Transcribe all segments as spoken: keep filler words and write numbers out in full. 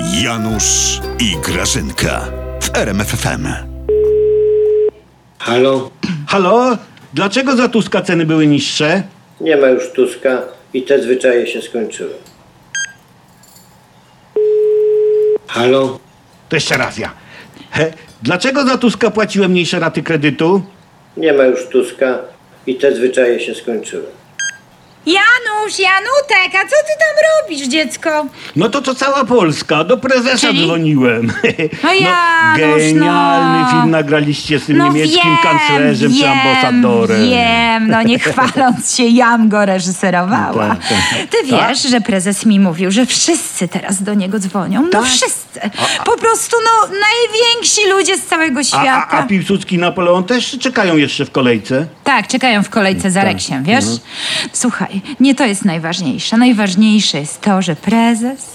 Janusz i Grażynka w R M F F M. Halo? Halo? Dlaczego za Tuska ceny były niższe? Nie ma już Tuska i te zwyczaje się skończyły. Halo? To jeszcze raz ja. He, dlaczego za Tuska płaciłem mniejsze raty kredytu? Nie ma już Tuska i te zwyczaje się skończyły. Janusz, Janutek, a co ty tam robisz, dziecko? No to to cała Polska. Do prezesa Czyli? dzwoniłem. No Janusz, genialny no. film nagraliście z tym No niemieckim wiem, kanclerzem czy wiem, ambasadorem. Wiem, no nie chwaląc się, jam go reżyserowała. Tak, tak. Ty wiesz, że prezes mi mówił, że wszyscy teraz do niego dzwonią. No Tak? wszyscy. Po prostu, no, najwięksi ludzie z całego A, świata. a, a Piłsudski i Napoleon też czekają jeszcze w kolejce? Tak, czekają w kolejce za Tak. Reksiem, wiesz? Mhm. Słuchaj, nie to jest najważniejsze. Najważniejsze jest to, że prezes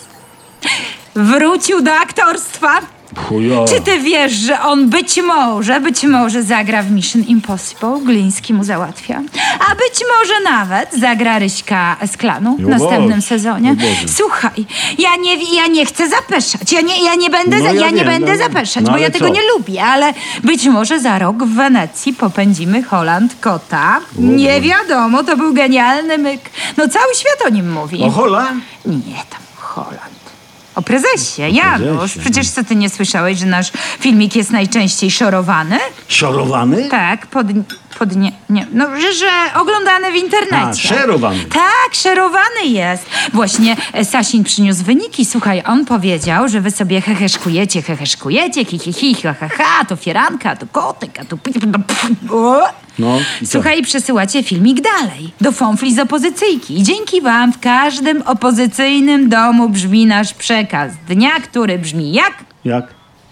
wrócił do aktorstwa. Chujo. Czy ty wiesz, że on być może, być może zagra w Mission Impossible, Gliński mu załatwia, a być może nawet zagra Ryśka z Klanu w No następnym Boże, sezonie. no Boże. Słuchaj, ja nie, ja nie chcę zapeszać, ja nie, ja nie będę, No za, ja ja nie wiem, będę no. zapeszać, No bo ja ale tego co? nie lubię, ale być może za rok w Wenecji popędzimy Holland kota. Nie wiadomo, to był genialny myk. No cały świat o nim mówi. O hola? Nie, tam Holland. O prezesie, Janusz. prezesie, Przecież co, ty nie słyszałeś, że nasz filmik jest najczęściej szorowany? Szorowany? Tak, pod... pod nie, nie, no, że, że oglądany w internecie. A, szerowany. Tak, szerowany jest. Właśnie e, Sasin przyniósł wyniki. Słuchaj, on powiedział, że wy sobie heheszkujecie, heheszkujecie, hi, hi, hi, ha, ha, ha, to fieranka, to kotek, a to... O! No, i co? Słuchaj, przesyłacie filmik dalej, do fąfli z opozycyjki. I dzięki wam w każdym opozycyjnym domu brzmi nasz przekaz dnia, który brzmi jak? Jak?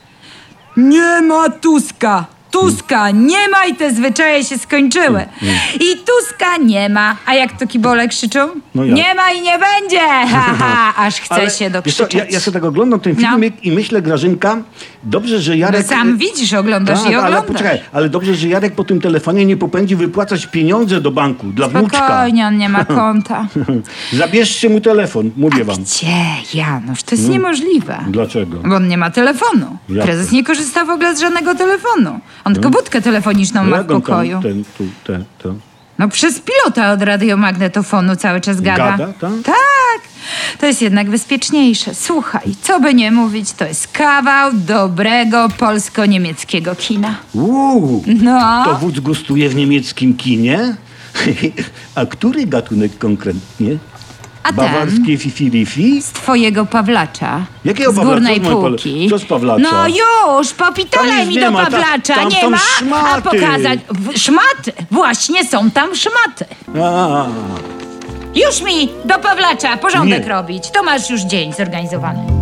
Nie ma Tuska! Tuska nie ma i te zwyczaje się skończyły. I Tuska nie ma. A jak to kibole krzyczą? No jak? Nie ma i nie będzie! Ha, ha, aż chce Ale się wiesz co, dokrzyczeć. ja, ja sobie tak oglądam ten No. filmik i myślę, Grażynka, dobrze, że No Jarek... sam widzisz, oglądasz Tak, i ale oglądasz. poczekaj, ale dobrze, że Jarek po tym telefonie nie popędzi wypłacać pieniądze do banku dla wnuczka. Spokojnie, on nie ma konta. Zabierzcie mu telefon, mówię wam. Gdzie, Janusz? To jest niemożliwe. Dlaczego? Bo on nie ma telefonu. Jak Prezes to? nie korzysta w ogóle z żadnego telefonu. On tylko budkę telefoniczną ma w Jak on tam, pokoju. ten, tu, te, to. No przez pilota od radiomagnetofonu cały czas gada. Gada, tak? Tak. To jest jednak bezpieczniejsze. Słuchaj, co by nie mówić, to jest kawał dobrego polsko-niemieckiego kina. Uuu, No. to wódz gustuje w niemieckim kinie? A który gatunek konkretnie? A ten? Bawarskie fifi-rifi? Z twojego Pawlacza. Jakiego z Pawlacza? górnej Co z mojego półki. Pawla- co z Pawlacza? No już, Tam popitolej nic mi nie do ma, ta- Pawlacza, tam nie są ma? A szmaty. pokazać... W, szmaty, właśnie są tam szmaty. A, Już mi do Pawlacza porządek Nie. robić. To masz już dzień zorganizowany.